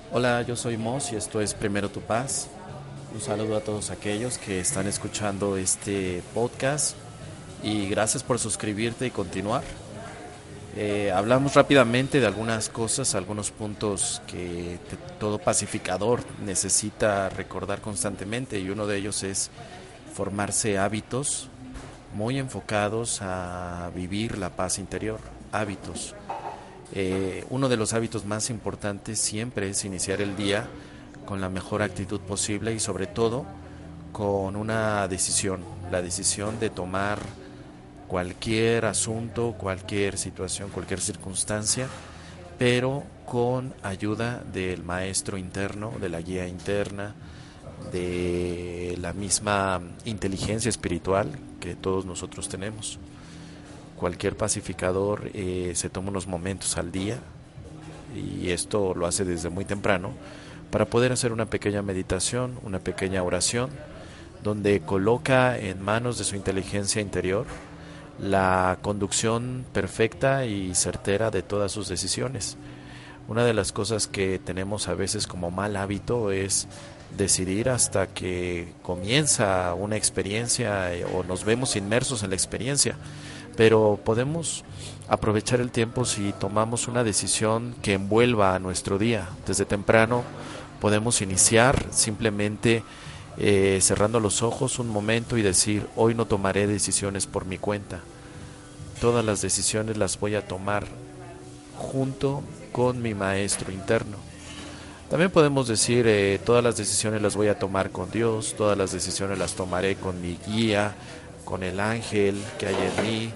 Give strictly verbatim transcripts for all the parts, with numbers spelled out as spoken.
Hola, yo soy Mos y esto es Primero Tu Paz. Un saludo a todos aquellos que están escuchando este podcast y gracias por suscribirte y continuar. Eh, hablamos rápidamente de algunas cosas, algunos puntos que te- todo pacificador necesita recordar constantemente y uno de ellos es formarse hábitos muy enfocados a vivir la paz interior, hábitos. Eh, uno de los hábitos más importantes siempre es iniciar el día con la mejor actitud posible y sobre todo con una decisión, la decisión de tomar cualquier asunto, cualquier situación, cualquier circunstancia, pero con ayuda del maestro interno, de la guía interna, de la misma inteligencia espiritual que todos nosotros tenemos. Cualquier pacificador eh, se toma unos momentos al día y esto lo hace desde muy temprano para poder hacer una pequeña meditación, una pequeña oración donde coloca en manos de su inteligencia interior la conducción perfecta y certera de todas sus decisiones. Una de las cosas que tenemos a veces como mal hábito es decidir hasta que comienza una experiencia eh, o nos vemos inmersos en la experiencia, pero podemos aprovechar el tiempo si tomamos una decisión que envuelva a nuestro día. Desde temprano podemos iniciar simplemente eh, cerrando los ojos un momento y decir, hoy no tomaré decisiones por mi cuenta. Todas las decisiones las voy a tomar junto con mi maestro interno. También podemos decir, eh, todas las decisiones las voy a tomar con Dios, todas las decisiones las tomaré con mi guía, con el ángel que hay en mí,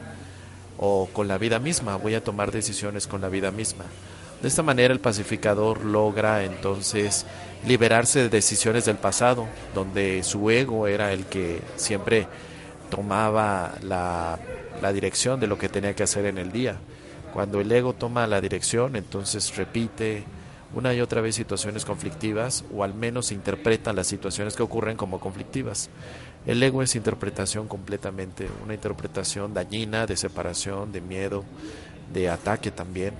o con la vida misma, voy a tomar decisiones con la vida misma. De esta manera el pacificador logra entonces liberarse de decisiones del pasado, donde su ego era el que siempre tomaba la, la dirección de lo que tenía que hacer en el día. Cuando el ego toma la dirección, entonces repite una y otra vez situaciones conflictivas, o al menos se interpretan las situaciones que ocurren como conflictivas. El ego es interpretación completamente, una interpretación dañina, de separación, de miedo, de ataque también.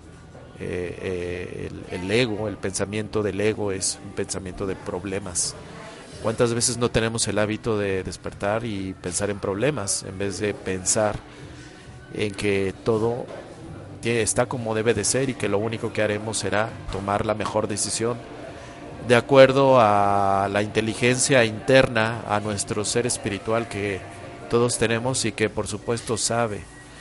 Eh, eh, el, el ego, el pensamiento del ego es un pensamiento de problemas. ¿Cuántas veces no tenemos el hábito de despertar y pensar en problemas en vez de pensar en que todo está como debe de ser y que lo único que haremos será tomar la mejor decisión de acuerdo a la inteligencia interna, a nuestro ser espiritual que todos tenemos y que por supuesto sabe?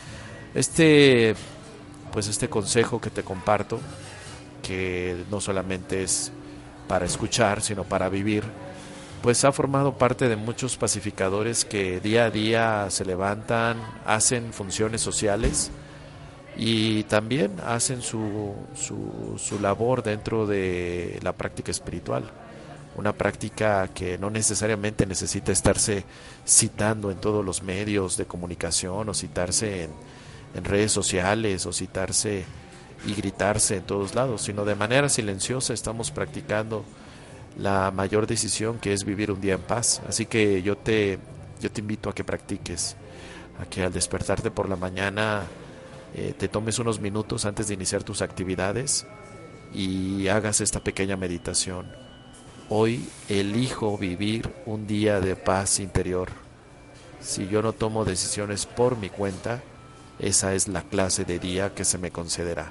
Este, pues este consejo que te comparto, que no solamente es para escuchar, sino para vivir, pues ha formado parte de muchos pacificadores que día a día se levantan, hacen funciones sociales y también hacen su, su, su labor dentro de la práctica espiritual. Una práctica que no necesariamente necesita estarse citando en todos los medios de comunicación o citarse en, en redes sociales o citarse y gritarse en todos lados, sino de manera silenciosa estamos practicando la mayor decisión, que es vivir un día en paz. Así que yo te, yo te invito a que practiques, a que al despertarte por la mañana eh, te tomes unos minutos antes de iniciar tus actividades y hagas esta pequeña meditación. Hoy elijo vivir un día de paz interior. Si yo no tomo decisiones por mi cuenta, esa es la clase de día que se me concederá.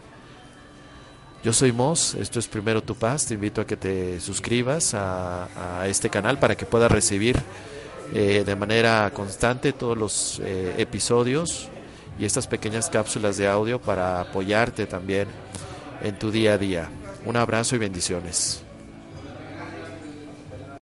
Yo soy Mos, esto es Primero Tu Paz. Te invito a que te suscribas a, a este canal para que puedas recibir eh, de manera constante todos los eh, episodios y estas pequeñas cápsulas de audio para apoyarte también en tu día a día. Un abrazo y bendiciones.